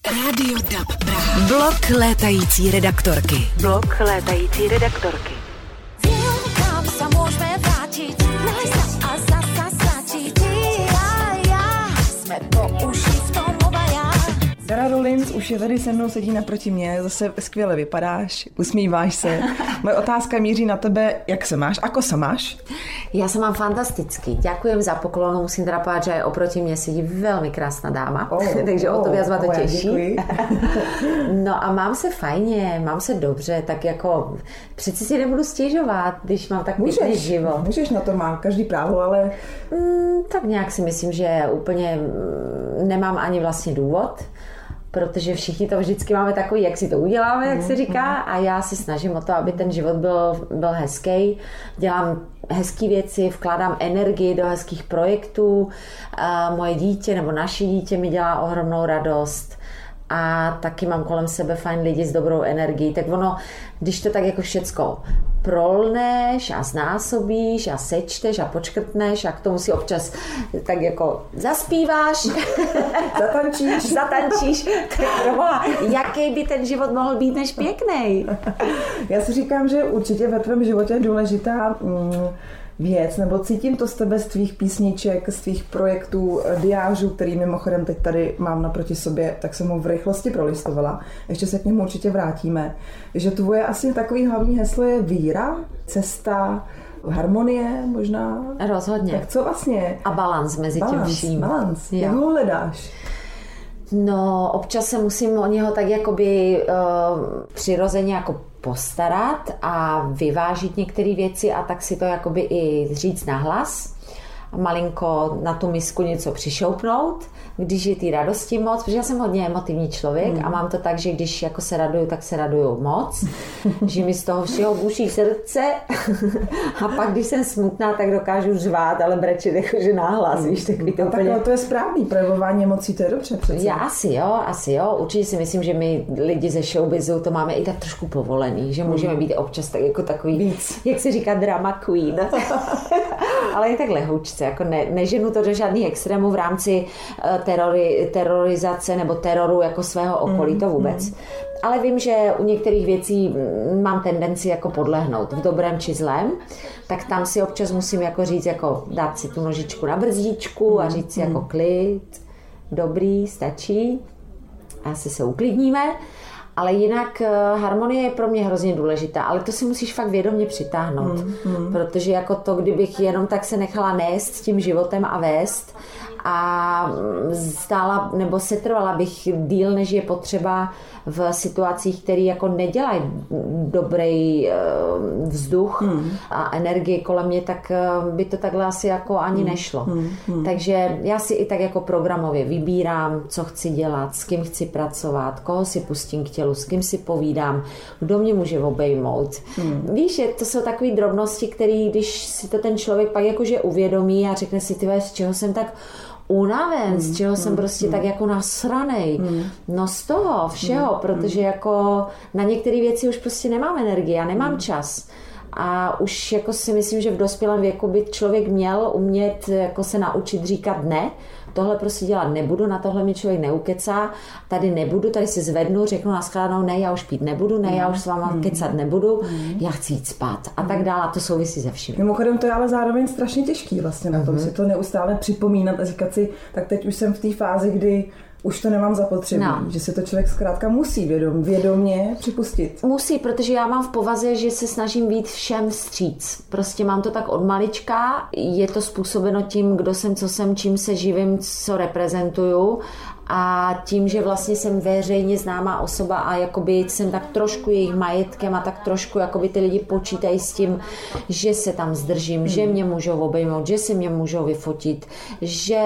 Rádio DAB Praha. Blok létající redaktorky. Blok létající redaktorky. Vím, kam se můžeme vrátit. A zasa stačit. Já jsme po uši v tom oba já. Sarah Rollins už je tady se mnou, sedí naproti mě, zase skvěle vypadáš, usmíváš se. Moje otázka míří na tebe, jak se máš, ako se máš? Ja sa mám fantasticky. Ďakujem za poklonu. Musím teda povedať, že aj oproti mne sedí veľmi krásna dáma. Takže o to viac ma to teší. No a mám se fajně, mám se dobře, tak jako přeci si nebudu stěžovat, když mám tak pěkný život. Můžeš, na to má každý právo, ale... Tak nějak si myslím, že úplně nemám ani vlastně důvod, protože všichni to vždycky máme takový, jak si to uděláme, jak se říká, a já si snažím o to, aby ten život byl hezký. Dělám hezké věci, vkládám energii do hezkých projektů. Moje dítě nebo naše dítě mi dělá ohromnou radost a taky mám kolem sebe fajn lidi s dobrou energií. Tak ono, když to tak jako všecko prolneš a znásobíš a sečteš a počkrtneš a k tomu si občas tak jako zaspíváš, zatančíš, tak proboha, jaký by ten život mohl být než pěknej? Já si říkám, že určitě ve tvém životě je důležitá věc, nebo cítím to z tebe, z tvých písniček, z tvých projektů, diářů, který mimochodem teď tady mám naproti sobě, tak jsem ho v rychlosti prolistovala. Ještě se k němu určitě vrátíme. Že tvoje asi takový hlavní heslo je víra, cesta, harmonie možná. Rozhodně. Tak co vlastně? A balans mezi tím vším. Balans. Jak ho hledáš? No, občas se musím o něho tak jakoby přirozeně jako postarat a vyvážit některé věci a tak si to jakoby i říct nahlas a malinko na tu misku něco přišoupnout, když je té radosti moc, protože já jsem hodně emotivní člověk a mám to tak, že když jako se raduju, tak se raduju moc, že mi z toho všeho buší srdce a pak, když jsem smutná, tak dokážu řvát, ale brečet jakože náhlas, víš, takový to úplně... Tak to je správný, projevování emocí, to je dobře přece. Já asi jo, určitě si myslím, že my lidi ze showbizu to máme i tak trošku povolený, že můžeme být občas tak jako takový, víc. Jak se říká, drama queen, ale i tak lehoučce, jako neženu to do žádných extrémů v rámci terorizace nebo teroru jako svého okolí, to vůbec. Ale vím, že u některých věcí mám tendenci jako podlehnout v dobrém či zlém, tak tam si občas musím jako říct, jako dát si tu nožičku na brzdičku a říct si jako klid, dobrý, stačí, asi se uklidníme. Ale jinak harmonie je pro mě hrozně důležitá, ale to si musíš fakt vědomě přitáhnout, protože jako to, kdybych jenom tak se nechala nést tím životem a vést a stála nebo setrvala bych díl, než je potřeba v situacích, které jako nedělají dobrý vzduch a energii kolem mě, tak by to takhle asi jako ani nešlo. Takže já si i tak jako programově vybírám, co chci dělat, s kým chci pracovat, koho si pustím k tělu, s kým si povídám, kdo mě může obejmout. Víš, to jsou takové drobnosti, které, když si to ten člověk pak jakože uvědomí a řekne si, tyhle, z čeho jsem tak unaven, z čeho jsem prostě tak jako nasranej. No z toho všeho, protože jako na některé věci už prostě nemám energii, já nemám čas. A už jako si myslím, že v dospělém věku by člověk měl umět jako se naučit říkat ne. Tohle prostě dělat nebudu, na tohle mě člověk neukecá, tady nebudu, tady si zvednu, řeknu naschledanou, ne, já už pít nebudu, ne, já už s váma kecat nebudu, já chci jít spát a tak dále, a to souvisí se vším. Mimochodem to je ale zároveň strašně těžký vlastně na tom si to neustále připomínat a říkat si, tak teď už jsem v té fázi, kdy už to nemám zapotřebí, že se to člověk zkrátka musí vědomě připustit. Musí, protože já mám v povaze, že se snažím být všem vstříc. Prostě mám to tak od malička, je to způsobeno tím, kdo jsem, co jsem, čím se živím, co reprezentuju a tím, že vlastně jsem veřejně známá osoba a jakoby jsem tak trošku jejich majetkem a tak trošku jakoby ty lidi počítají s tím, že se tam zdržím, že mě můžou obejmout, že si mě můžou vyfotit, že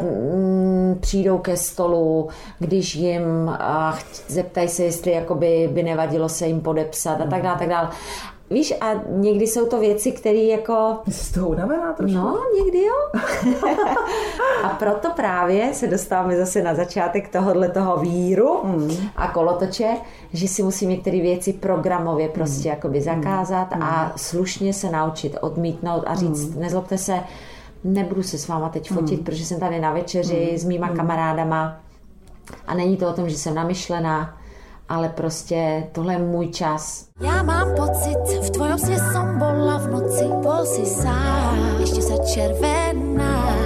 přijdou ke stolu, když jim zeptají se, jestli jakoby by nevadilo se jim podepsat a tak dále, tak dále. Víš, a někdy jsou to věci, které jako... Jsi z toho unavená trošku? No, někdy jo. A proto právě se dostáváme zase na začátek toho víru a kolotoče, že si musím některé věci programově prostě jakoby zakázat a slušně se naučit odmítnout a říct, nezlobte se, nebudu se s váma teď fotit, protože jsem tady na večeři s mýma kamarádama A není to o tom, že jsem namyšlená, ale prostě tohle je můj čas. Já mám pocit, v tvojom sne som bola v noci, bol si sám, ešte sa červená.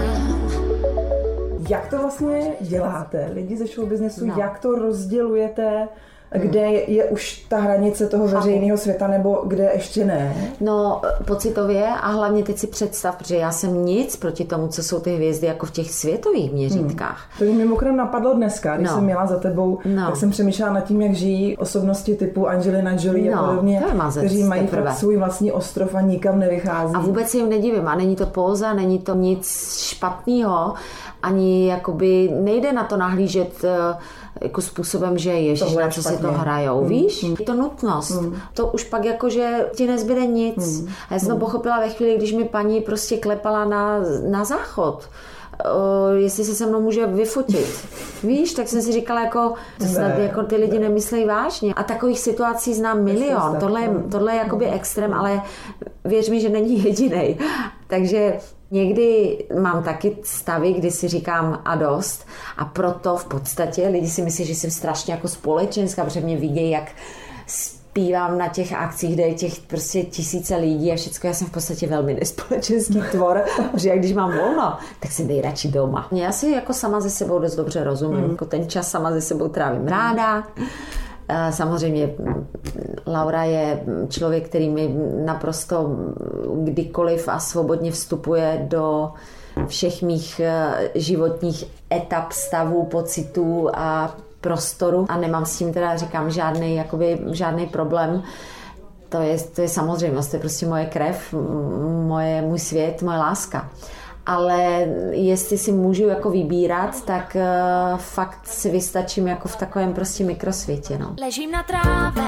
Jak to vlastně děláte, lidi ze showbiznesu, jak to rozdělujete, kde je už ta hranice toho veřejného světa, nebo kde ještě ne? No, pocitově a hlavně teď si představ, protože já jsem nic proti tomu, co jsou ty hvězdy jako v těch světových měřítkách. To mě mimochodem napadlo dneska, když jsem měla za tebou, tak jsem přemýšlela nad tím, jak žijí osobnosti typu Angelina Jolie a podobně, kteří mají fakt svůj vlastní ostrov a nikam nevychází. A vůbec se jim nedivím. A není to póza, není to nic špatného, ani jakoby nejde na to nahlížet jako způsobem, že ježiš, na co si to hrajou, víš? Je to nutnost. To už pak jakože ti nezbyde nic. A já jsem to pochopila ve chvíli, když mi paní prostě klepala na záchod. Jestli se mnou může vyfotit. Víš, tak jsem si říkala, jako, to snad jako ty lidi nemyslejí vážně. A takových situací znám milion. Tohle je jakoby extrém, ale věř mi, že není jedinej. Takže někdy mám taky stavy, kdy si říkám a dost. A proto v podstatě lidi si myslí, že jsem strašně jako společenská, protože mě vidějí, jak zpívám na těch akcích, kde je těch prostě tisíce lidí a všecko. Já jsem v podstatě velmi nespolečenský tvor, že jak když mám volno, tak si nejradši doma. Já si jako sama ze sebou dost dobře rozumím. Jako ten čas sama ze sebou trávím ráda. Samozřejmě Laura je člověk, který mi naprosto kdykoliv a svobodně vstupuje do všech mých životních etap, stavů, pocitů a prostoru a nemám s tím teda, říkám, žádný problém. To je samozřejmost, to je prostě moje krev, můj svět, moje láska. Ale jestli si můžu jako vybírat, tak fakt si vystačím jako v takovém prostě mikrosvětě. No. Ležím na tráve,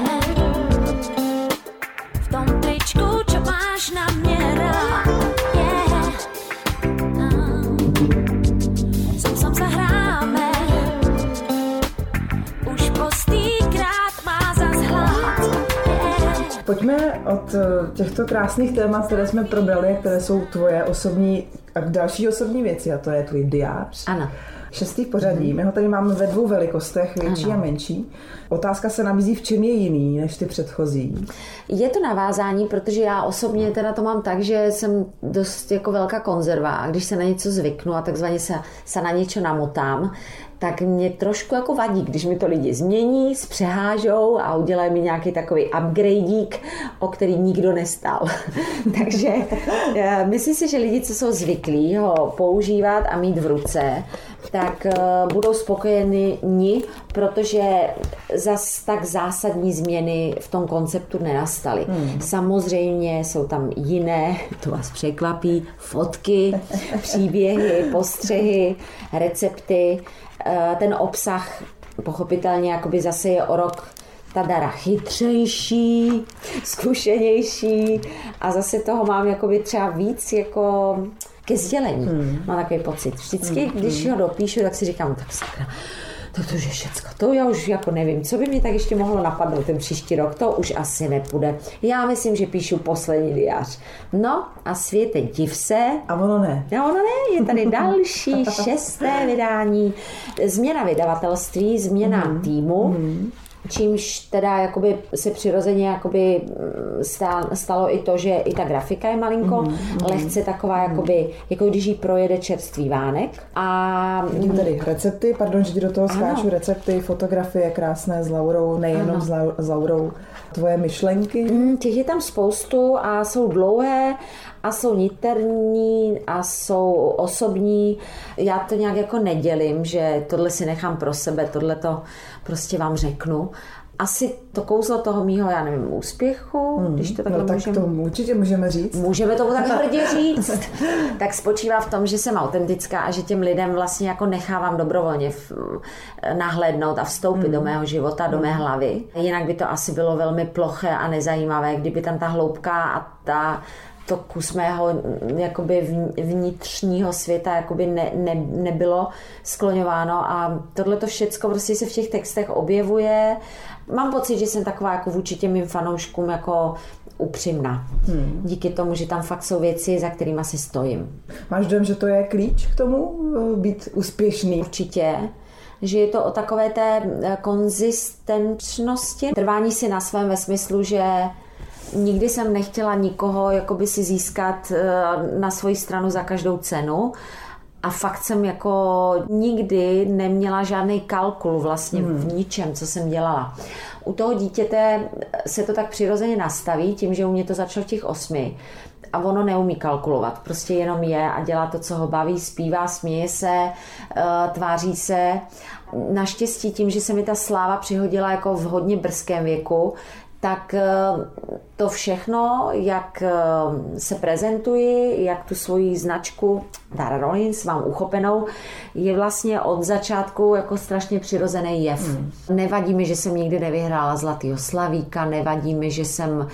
v tom tričku, čo máš na mě rád. Som sa hráme, už postýkrát má zas hlad. Pojďme od těchto krásných témat, které jsme probrali, které jsou tvoje osobní a další osobní věci, a to je tvůj diář. Ano. 6. pořadí. My ho tady máme ve 2 velikostech, větší a menší. Otázka se nabízí, v čem je jiný než ty předchozí. Je to navázání, protože já osobně teda to mám tak, že jsem dost jako velká konzerva a když se na něco zvyknu a takzvaně se na něco namotám, tak mě trošku jako vadí, když mi to lidi změní, zpřehážou a udělají mi nějaký takový upgradeík, o který nikdo nestál. Takže myslím si, že lidi, co jsou zvyklí ho používat a mít v ruce, tak budou spokojeni, protože zas tak zásadní změny v tom konceptu nenastaly. Samozřejmě jsou tam jiné, to vás překvapí, fotky, příběhy, postřehy, recepty. Ten obsah pochopitelně jakoby zase je o rok ta Dara chytřejší, zkušenější a zase toho mám jakoby třeba víc jako ke sdělení. Mám takový pocit. Vždycky, když ho dopíšu, tak si říkám, tak sakra, to už je všecko. To já už jako nevím, co by mi tak ještě mohlo napadnout ten příští rok, to už asi nepůjde. Já myslím, že píšu poslední diář. No a světe, div se. A ono ne. No ono ne, je tady další 6. vydání. Změna vydavatelství, změna týmu. Čímž teda jakoby se přirozeně jakoby stalo i to, že i ta grafika je malinko lehce taková jakoby, jako když jí projede čerstvý vánek. A vidím tady recepty, pardon, že ti do toho skáču, recepty, fotografie krásné s Laurou, nejenom s Laurou. Tvoje myšlenky? Těch je tam spoustu a jsou dlouhé a jsou niterní a jsou osobní. Já to nějak jako nedělím, že tohle si nechám pro sebe, tohle to prostě vám řeknu. Asi to kouzlo toho mýho, já nevím, úspěchu, když to takhle tak to určitě můžeme říct. Můžeme tomu tak hrdě říct. Tak spočívá v tom, že jsem autentická a že těm lidem vlastně jako nechávám dobrovolně nahlédnout a vstoupit do mého života, do mé hlavy. Jinak by to asi bylo velmi ploché a nezajímavé, kdyby tam ta hloubka a to kus mého jakoby vnitřního světa jakoby nebylo skloňováno a tohleto všecko prostě se v těch textech objevuje. Mám pocit, že jsem taková jako vůči těm mým fanouškům jako upřímná. Díky tomu, že tam fakt jsou věci, za kterými si stojím. Máš dojem, že to je klíč k tomu být úspěšný? Určitě. že je to o takové té konzistentnosti, trvání si na svém ve smyslu, že nikdy jsem nechtěla nikoho jakoby si získat na svoji stranu za každou cenu. A fakt jsem jako nikdy neměla žádný kalkul vlastně v ničem, co jsem dělala. U toho dítěte se to tak přirozeně nastaví, tím, že u mě to začalo v těch 8. A ono neumí kalkulovat, prostě jenom je a dělá to, co ho baví, zpívá, směje se, tváří se. Naštěstí tím, že se mi ta sláva přihodila jako v hodně brzkém věku, tak to všechno, jak se prezentuji, jak tu svoji značku Tara Rollins mám uchopenou, je vlastně od začátku jako strašně přirozený jev. Nevadí mi, že jsem nikdy nevyhrála Zlatýho slavíka, nevadí mi, že jsem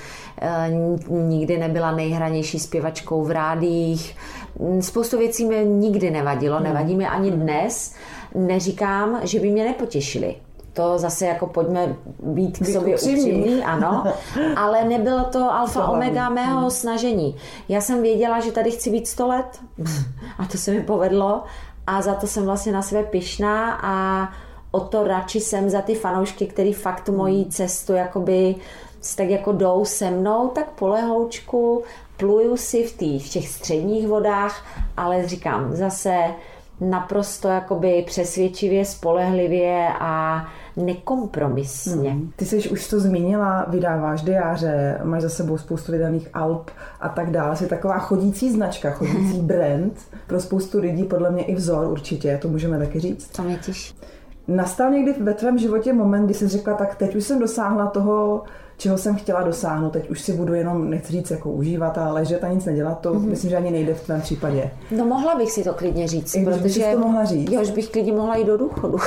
nikdy nebyla nejhranější zpěvačkou v rádiích. Spoustu věcí mi nikdy nevadilo, nevadí mi ani dnes. Neříkám, že by mě nepotěšily. To zase jako pojďme být k sobě upřímní, ano, ale nebylo to alfa omega mého snažení. Já jsem věděla, že tady chci být 100 let a to se mi povedlo a za to jsem vlastně na sebe pyšná a o to radši jsem za ty fanoušky, který fakt tu moji cestu jakoby tak jako jdou se mnou, tak po lehoučku pluju si v těch středních vodách, ale říkám zase naprosto jakoby přesvědčivě, spolehlivě a nekompromisně. Ty jsi už to zmínila, vydáváš diáře, máš za sebou spoustu vydaných alb a tak dále. Jsi taková chodící značka, chodící brand pro spoustu lidí, podle mě i vzor určitě, to můžeme taky říct. To mě těší. Nastal někdy ve tvém životě moment, kdy jsi řekla, tak teď už jsem dosáhla toho, čeho jsem chtěla dosáhnout, teď už si budu jenom, nechci říct, jako užívat a ležet a nic nedělat, to myslím, že ani nejde v tvém případě. No mohla bych si to klidně říct, protože to mohla říct. Jo, už bych klidně mohla jít do důchodu.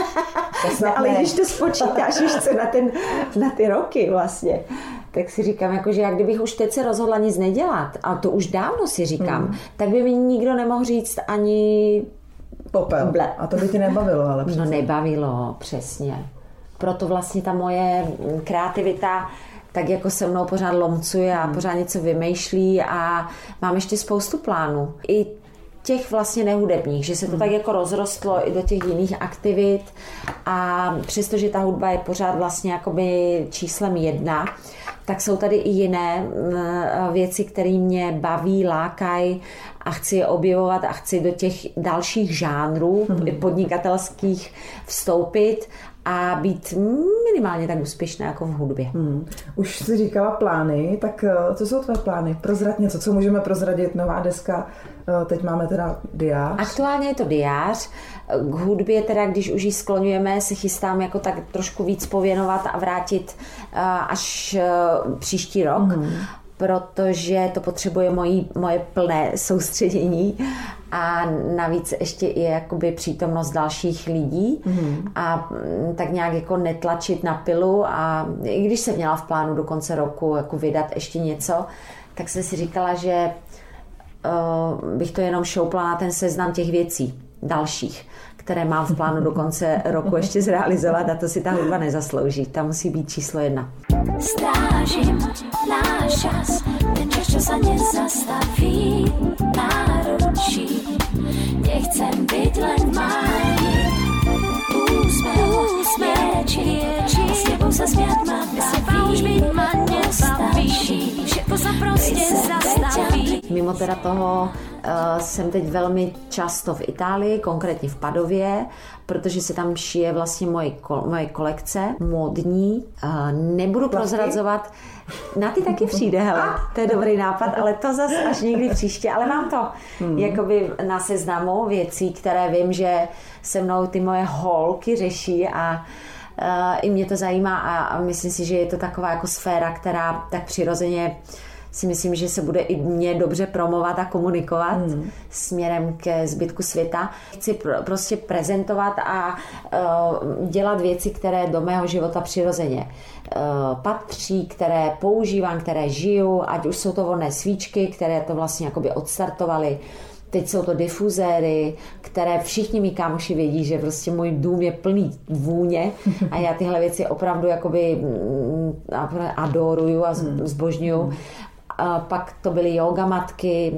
No, ale když to spočítáš ještě na ty roky vlastně, tak si říkám, jako, že jak kdybych už teď se rozhodla nic nedělat, a to už dávno si říkám, tak by mi nikdo nemohl říct ani popel. Ble. A to by tě nebavilo, ale přece. No nebavilo, přesně. Proto vlastně ta moje kreativita tak jako se mnou pořád lomcuje a pořád něco vymýšlí a mám ještě spoustu plánů. I těch vlastně nehudebních, že se to tak jako rozrostlo i do těch jiných aktivit a přestože ta hudba je pořád vlastně jakoby číslem 1, tak jsou tady i jiné věci, které mě baví, lákají a chci je objevovat a chci do těch dalších žánrů podnikatelských vstoupit a být minimálně tak úspěšná jako v hudbě. Už jsi říkala plány, tak co jsou tvé plány? Prozrad něco, co můžeme prozradit, nová deska, teď máme teda diář. Aktuálně je to diář, k hudbě teda, když už ji skloňujeme, se chystám jako tak trošku víc pověnovat a vrátit až příští rok, protože to potřebuje moje plné soustředění a navíc ještě i jakoby přítomnost dalších lidí a tak nějak jako netlačit na pilu a i když jsem měla v plánu do konce roku jako vydat ještě něco, tak jsem si říkala, že bych to jenom šoupla na ten seznam těch věcí dalších, které mám v plánu do konce roku ještě zrealizovat a to si ta hudba nezaslouží. Ta musí být číslo 1. Strážim náš čas, ten čas, čo sa nezastaví náručí. Nechcem byť len v máji, úsmev s tebou sa smiať ma baví, všetko sa proste zastaví. Mimo teda toho jsem teď velmi často v Itálii, konkrétně v Padově, protože se tam šije vlastně moje kolekce módní. Nebudu prozrazovat, na ty taky přijde, hele, to je dobrý nápad, ale to zase až někdy příště, ale mám to jakoby na seznamu věcí, které vím, že se mnou ty moje holky řeší a i mě to zajímá a myslím si, že je to taková jako sféra, která tak přirozeně si myslím, že se bude i mě dobře promovat a komunikovat směrem ke zbytku světa. Chci prostě prezentovat a dělat věci, které do mého života přirozeně patří, které používám, které žiju, ať už jsou to vonné svíčky, které to vlastně jakoby odstartovaly. Teď jsou to difuzéry, které všichni mý kámoši vědí, že prostě můj dům je plný vůně a já tyhle věci opravdu jakoby adoruju a zbožňuju. pak to byly jogamatky,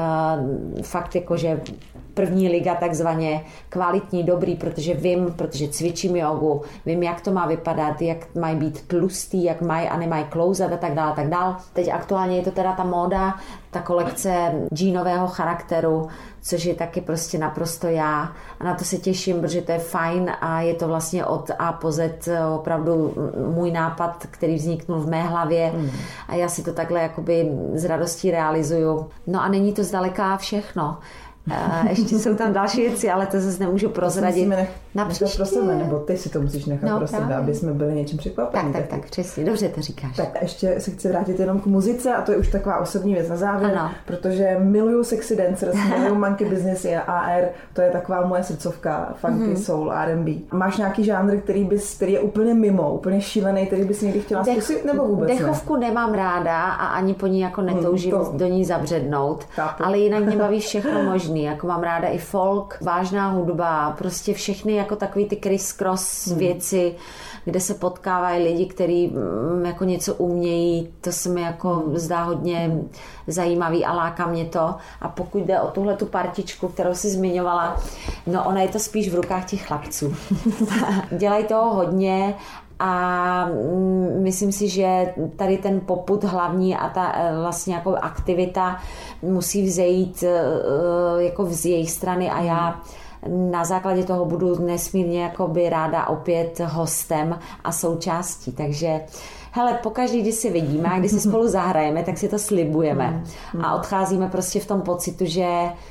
fakt jakože první liga takzvaně, kvalitní, dobrý, protože cvičím jogu, vím, jak to má vypadat, jak mají být tlustý, jak mají a nemají klouzat a tak dále. Teď aktuálně je to teda ta móda, ta kolekce džínového charakteru, což je taky prostě naprosto já. A na to se těším, protože to je fajn a je to vlastně od A po Z opravdu můj nápad, který vzniknul v mé hlavě a já si to takhle jakoby s radostí realizuju. No a není to zdaleka všechno. Ještě jsou tam další věci, ale to zase nemůžu prozradit. Nechat pro sebe, nebo ty si to musíš nechat pro sebe, aby jsme byli něčím překvapení. Tak, přesně, dobře to říkáš. Tak ještě se chci vrátit jenom k muzice a to je už taková osobní věc na závěr, protože miluju sexy dancers, miluju monkey business a AR, to je taková moje srdcovka, funky, soul, R&B. Máš nějaký žánr, který je úplně mimo, úplně šílený, který bys někdy chtěla zkusit, nebo vůbec ne? Dechovku nemám ráda a ani po ní jako netoužím do ní zabřednout, ale jinak mě baví všechno možný, jako mám ráda i folk, vážná hudba, prostě všechny jako takový ty criss-cross věci, kde se potkávají lidi, kteří jako něco umějí, to se mi jako zdá hodně zajímavý a láká mě to. A pokud jde o tuhle tu partičku, kterou jsi zmiňovala, no ona je to spíš v rukách těch chlapců. Dělají toho hodně a myslím si, že tady ten popud hlavní a ta vlastně jako aktivita musí vzejít jako z jejich strany a já na základě toho budu nesmírně jakoby ráda opět hostem a součástí. Takže hele, pokaždý, když si vidíme a když si spolu zahrajeme, tak si to slibujeme. A odcházíme prostě v tom pocitu, že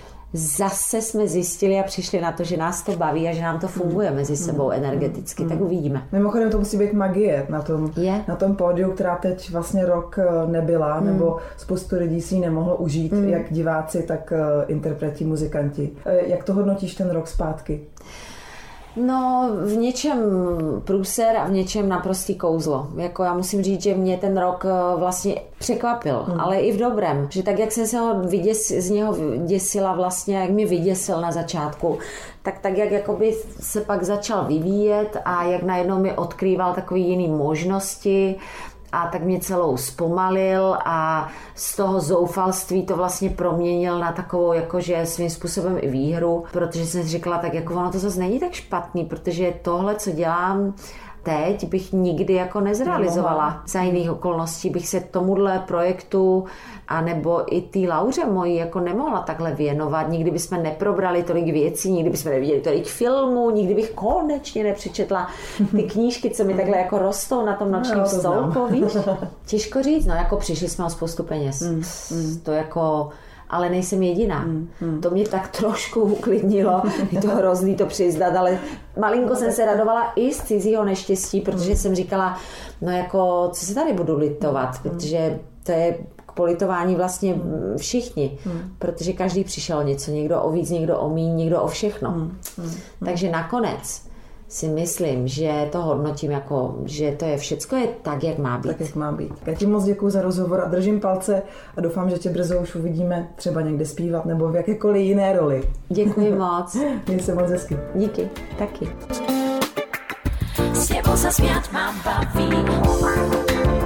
zase jsme zjistili a přišli na to, že nás to baví a že nám to funguje mezi sebou energeticky, tak uvidíme. Mimochodem to musí být magie na tom pódiu, která teď vlastně rok nebyla, nebo spoustu lidí si ji nemohlo užít, jak diváci, tak interpreti, muzikanti. Jak to hodnotíš ten rok zpátky? No, v něčem průser a v něčem naprostý kouzlo. Jako já musím říct, že mě ten rok vlastně překvapil, ale i v dobrém. Že tak, jak jsem se z něho děsila vlastně, jak mi vyděsil na začátku, tak jak jakoby se pak začal vyvíjet a jak najednou mi odkrýval takový jiný možnosti, a tak mě celou zpomalil a z toho zoufalství to vlastně proměnil na takovou jakože svým způsobem i výhru, protože jsem si říkala, tak jako ono to zase není tak špatný, protože tohle, co dělám teď, bych nikdy jako nezrealizovala. Za jiných okolností bych se tomuhle projektu a nebo i té Lauře mojí jako nemohla takhle věnovat. Nikdy bychom neprobrali tolik věcí, nikdy bychom neviděli tolik filmů, nikdy bych konečně nepřečetla ty knížky, co mi takhle jako rostou na tom nočním stolku, víš? Těžko říct, no jako přišli jsme o spoustu peněz. To jako... Ale nejsem jediná. To mě tak trošku uklidnilo. Je to hrozný to přiznat, ale malinko jsem se radovala i z cizího neštěstí, protože jsem říkala, no jako, co se tady budu litovat, protože to je k politování vlastně všichni, protože každý přišel něco, někdo o víc, někdo o míň, někdo o všechno. Takže nakonec si myslím, že to hodnotím jako, že to je všecko je tak, jak má být. Tak, jak má být. Já ti moc děkuju za rozhovor a držím palce a doufám, že tě brzo už uvidíme třeba někde zpívat nebo v jakékoliv jiné roli. Děkuji moc. Měj se moc hezky. Díky, taky. S tebou sa smiať ma baví.